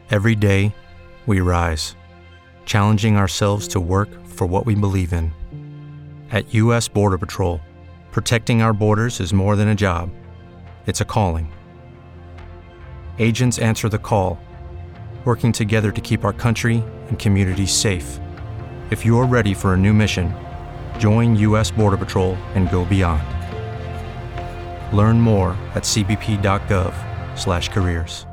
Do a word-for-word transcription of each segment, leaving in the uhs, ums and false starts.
Every day, we rise, challenging ourselves to work for what we believe in. At U S Border Patrol, protecting our borders is more than a job. It's a calling. Agents answer the call, working together to keep our country and communities safe. If you're ready for a new mission, join U S Border Patrol and go beyond. Learn more at c b p dot gov slash careers.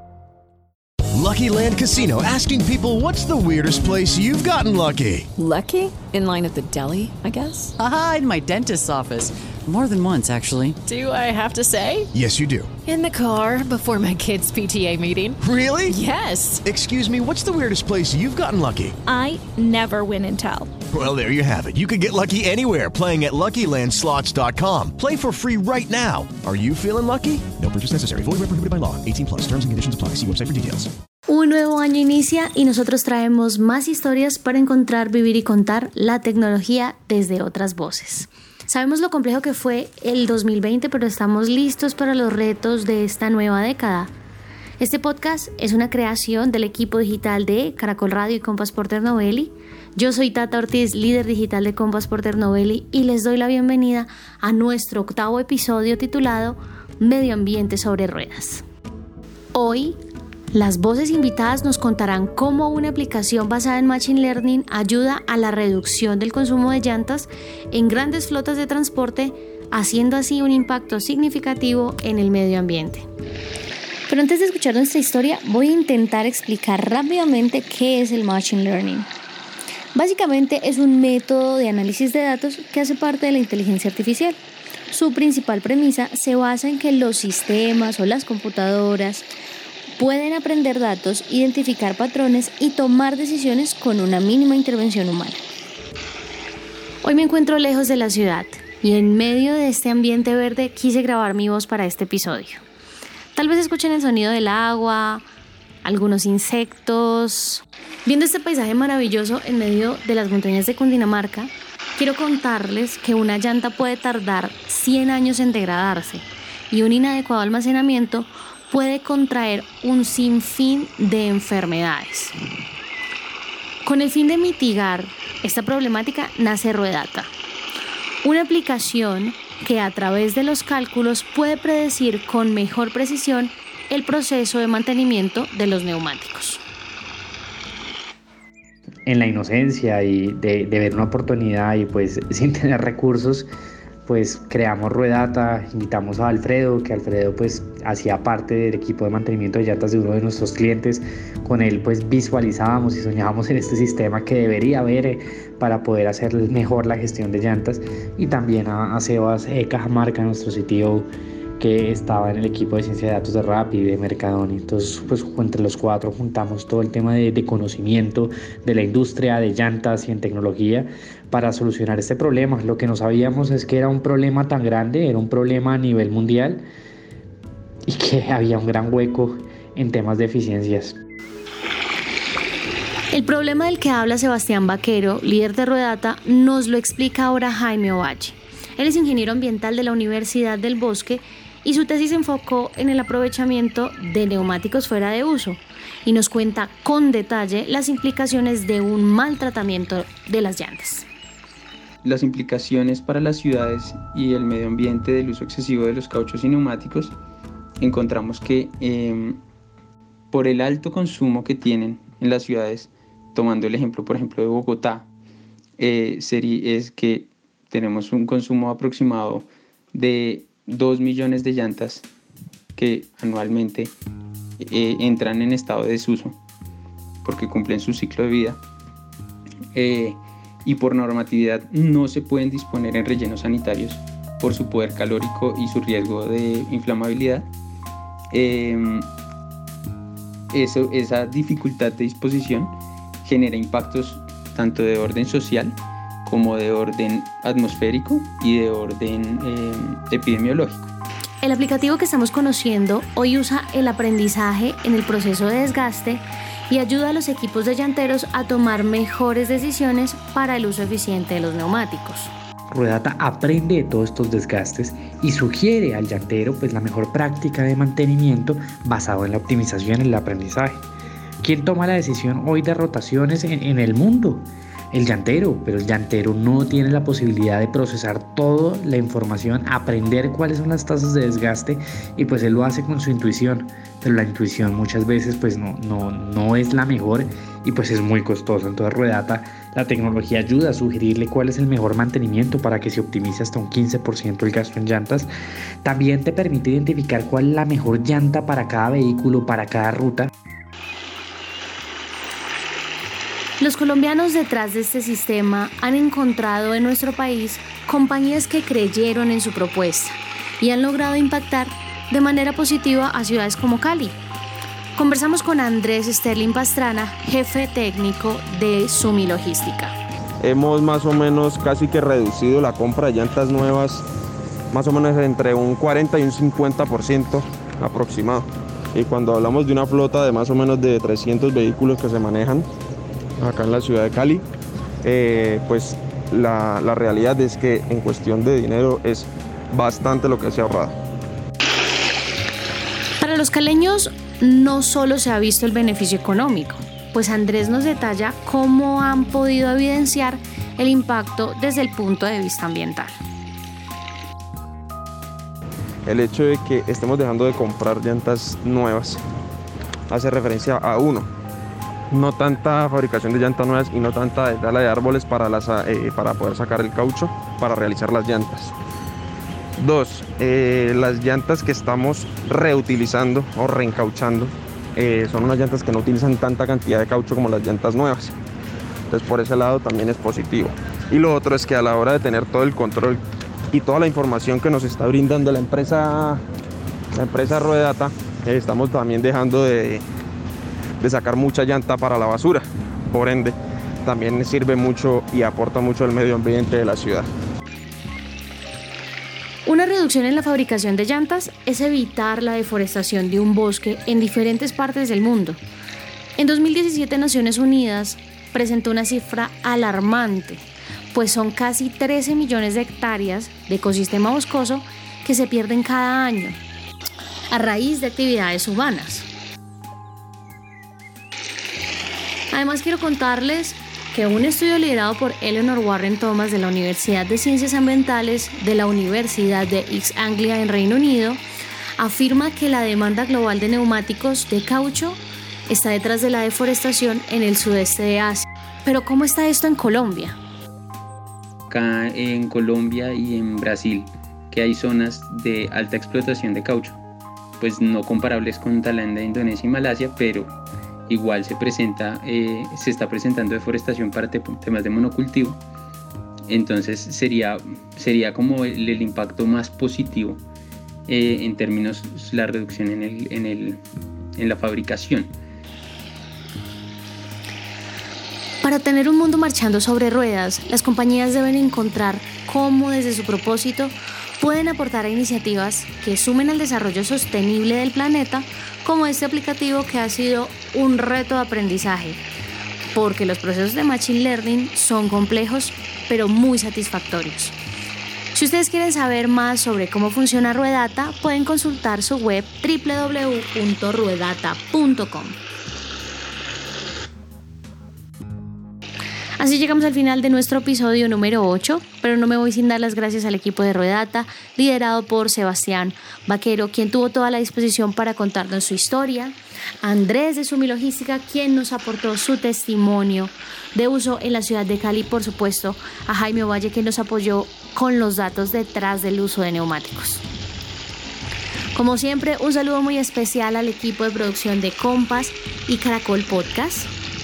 Lucky Land Casino, asking people, what's the weirdest place you've gotten lucky? Lucky? In line at the deli, I guess? Aha, in my dentist's office. More than once, actually. Do I have to say? Yes, you do. In the car before my kids' P T A meeting. Really? Yes. Excuse me, what's the weirdest place you've gotten lucky? I never win and tell. Well, there you have it. You can get lucky anywhere, playing at lucky land slots dot com. Play for free right now. Are you feeling lucky? No purchase necessary. Void where prohibited by law. eighteen plus. Terms and conditions apply. See website for details. Un nuevo año inicia y nosotros traemos más historias para encontrar, vivir y contar la tecnología desde otras voces. Sabemos lo complejo que fue el dos mil veinte, pero estamos listos para los retos de esta nueva década. Este podcast es una creación del equipo digital de Caracol Radio y Compass Porter Novelli. Yo soy Tata Ortiz, líder digital de Compass Porter Novelli, y les doy la bienvenida a nuestro octavo episodio titulado Medio Ambiente sobre Ruedas. Hoy, las voces invitadas nos contarán cómo una aplicación basada en Machine Learning ayuda a la reducción del consumo de llantas en grandes flotas de transporte, haciendo así un impacto significativo en el medio ambiente. Pero antes de escuchar nuestra historia, voy a intentar explicar rápidamente qué es el Machine Learning. Básicamente es un método de análisis de datos que hace parte de la inteligencia artificial. Su principal premisa se basa en que los sistemas o las computadoras pueden aprender datos, identificar patrones y tomar decisiones con una mínima intervención humana. Hoy me encuentro lejos de la ciudad y en medio de este ambiente verde quise grabar mi voz para este episodio. Tal vez escuchen el sonido del agua, algunos insectos. Viendo este paisaje maravilloso en medio de las montañas de Cundinamarca, quiero contarles que una llanta puede tardar cien años en degradarse y un inadecuado almacenamiento puede contraer un sinfín de enfermedades. Con el fin de mitigar esta problemática nace Ruedata, una aplicación que a través de los cálculos puede predecir con mejor precisión el proceso de mantenimiento de los neumáticos. En la inocencia y de, de ver una oportunidad y pues sin tener recursos, pues creamos Ruedata, invitamos a Alfredo, que Alfredo pues hacía parte del equipo de mantenimiento de llantas de uno de nuestros clientes. Con él pues visualizábamos y soñábamos en este sistema que debería haber eh, para poder hacer mejor la gestión de llantas, y también a, a Sebas eh, Cajamarca, nuestro C T O, que estaba en el equipo de ciencia de datos de Rappi y de Mercadona. Entonces pues entre los cuatro juntamos todo el tema de, de conocimiento de la industria de llantas y en tecnología para solucionar este problema. Lo que no sabíamos es que era un problema tan grande, era un problema a nivel mundial y que había un gran hueco en temas de eficiencias. El problema del que habla Sebastián Vaquero, líder de Ruedata, nos lo explica ahora Jaime Ovalle. Él es ingeniero ambiental de la Universidad del Bosque y su tesis se enfocó en el aprovechamiento de neumáticos fuera de uso y nos cuenta con detalle las implicaciones de un mal tratamiento de las llantas. Las implicaciones para las ciudades y el medio ambiente del uso excesivo de los cauchos y neumáticos, encontramos que eh, por el alto consumo que tienen en las ciudades, tomando el ejemplo por ejemplo de Bogotá, eh, sería, es que tenemos un consumo aproximado de dos millones de llantas que anualmente eh, entran en estado de desuso porque cumplen su ciclo de vida. Eh, y por normatividad no se pueden disponer en rellenos sanitarios por su poder calórico y su riesgo de inflamabilidad. Eh, eso, esa dificultad de disposición genera impactos tanto de orden social como de orden atmosférico y de orden eh, epidemiológico. El aplicativo que estamos conociendo hoy usa el aprendizaje en el proceso de desgaste y ayuda a los equipos de llanteros a tomar mejores decisiones para el uso eficiente de los neumáticos. Ruedata aprende de todos estos desgastes y sugiere al llantero pues la mejor práctica de mantenimiento basado en la optimización y el aprendizaje. ¿Quién toma la decisión hoy de rotaciones en, en el mundo? El llantero, pero el llantero no tiene la posibilidad de procesar toda la información, aprender cuáles son las tasas de desgaste, y pues él lo hace con su intuición, pero la intuición muchas veces pues no, no, no es la mejor y pues es muy costosa. Entonces Ruedata, la tecnología ayuda a sugerirle cuál es el mejor mantenimiento para que se optimice hasta un quince por ciento el gasto en llantas. También te permite identificar cuál es la mejor llanta para cada vehículo, para cada ruta. Los colombianos detrás de este sistema han encontrado en nuestro país compañías que creyeron en su propuesta y han logrado impactar de manera positiva a ciudades como Cali. Conversamos con Andrés Sterling Pastrana, jefe técnico de Sumi Logística. Hemos más o menos casi que reducido la compra de llantas nuevas, más o menos entre un cuarenta y un cincuenta por ciento aproximado. Y cuando hablamos de una flota de más o menos de trescientos vehículos que se manejan acá en la ciudad de Cali, eh, pues la, la realidad es que en cuestión de dinero es bastante lo que se ha ahorrado. Para los caleños no solo se ha visto el beneficio económico, pues Andrés nos detalla cómo han podido evidenciar el impacto desde el punto de vista ambiental. El hecho de que estemos dejando de comprar llantas nuevas hace referencia a uno, no tanta fabricación de llantas nuevas y no tanta tala de árboles para, las, eh, para poder sacar el caucho para realizar las llantas. Dos, eh, las llantas que estamos reutilizando o reencauchando eh, son unas llantas que no utilizan tanta cantidad de caucho como las llantas nuevas. Entonces por ese lado también es positivo. Y lo otro es que a la hora de tener todo el control y toda la información que nos está brindando la empresa, la empresa Ruedata, eh, estamos también dejando de de sacar mucha llanta para la basura. Por ende, también sirve mucho y aporta mucho al medio ambiente de la ciudad. Una reducción en la fabricación de llantas es evitar la deforestación de un bosque en diferentes partes del mundo. En dos mil diecisiete, Naciones Unidas presentó una cifra alarmante, pues son casi trece millones de hectáreas de ecosistema boscoso que se pierden cada año a raíz de actividades humanas. Además, quiero contarles que un estudio liderado por Eleanor Warren Thomas de la Universidad de Ciencias Ambientales de la Universidad de East Anglia en Reino Unido afirma que la demanda global de neumáticos de caucho está detrás de la deforestación en el sudeste de Asia. Pero ¿cómo está esto en Colombia? Acá en Colombia y en Brasil, que hay zonas de alta explotación de caucho, pues no comparables con Tailandia, Indonesia y Malasia, pero igual se presenta, eh, se está presentando deforestación para te- temas de monocultivo. Entonces sería, sería como el, el impacto más positivo eh, en términos de la reducción en, el, en, el, en la fabricación. Para tener un mundo marchando sobre ruedas, las compañías deben encontrar cómo desde su propósito pueden aportar a iniciativas que sumen al desarrollo sostenible del planeta, como este aplicativo que ha sido un reto de aprendizaje, porque los procesos de Machine Learning son complejos, pero muy satisfactorios. Si ustedes quieren saber más sobre cómo funciona Ruedata, pueden consultar su web doble u doble u doble u punto ruedata punto com. Así llegamos al final de nuestro episodio número ocho, pero no me voy sin dar las gracias al equipo de Ruedata, liderado por Sebastián Vaquero, quien tuvo toda la disposición para contarnos su historia, a Andrés de Sumi Logística, quien nos aportó su testimonio de uso en la ciudad de Cali, por supuesto, a Jaime Ovalle, que nos apoyó con los datos detrás del uso de neumáticos. Como siempre, un saludo muy especial al equipo de producción de Compass y Caracol Podcast.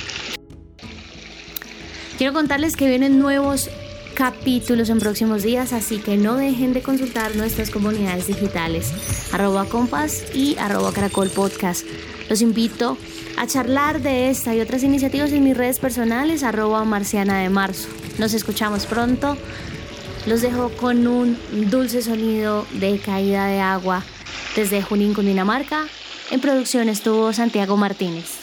Quiero contarles que vienen nuevos capítulos en próximos días, así que no dejen de consultar nuestras comunidades digitales, arroba Compass y arroba Caracol Podcast. Los invito a charlar de esta y otras iniciativas en mis redes personales, arroba Marciana de Marzo. Nos escuchamos pronto. Los dejo con un dulce sonido de caída de agua desde Junín, Cundinamarca. En producción estuvo Santiago Martínez.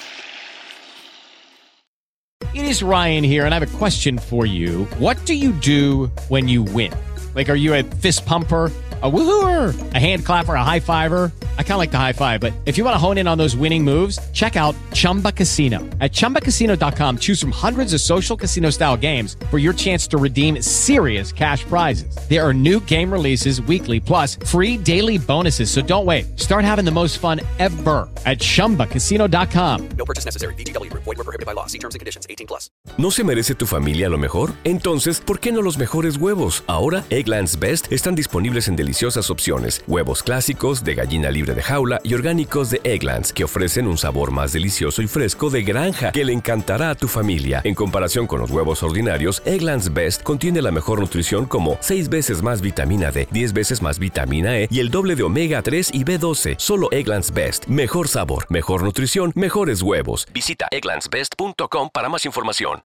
It is Ryan here, and I have a question for you. What do you do when you win? Like, are you a fist pumper? A woohooer, a hand clapper, a high fiver. I kind of like the high five, but if you want to hone in on those winning moves, check out Chumba Casino. At chumba casino dot com, choose from hundreds of social casino style games for your chance to redeem serious cash prizes. There are new game releases weekly, plus free daily bonuses. So don't wait. Start having the most fun ever at chumba casino dot com. No purchase necessary. V G W Group. Void where prohibited by law. See terms and conditions. eighteen plus. ¿No se merece tu familia lo mejor? Entonces, ¿por qué no los mejores huevos? Ahora, Eggland's Best están disponibles en deliciosas opciones. Huevos clásicos, de gallina libre de jaula y orgánicos de Eggland's, que ofrecen un sabor más delicioso y fresco de granja que le encantará a tu familia. En comparación con los huevos ordinarios, Eggland's Best contiene la mejor nutrición como seis veces más vitamina D, diez veces más vitamina E y el doble de omega tres y B doce. Solo Eggland's Best. Mejor sabor, mejor nutrición, mejores huevos. Visita egglands best punto com para más información.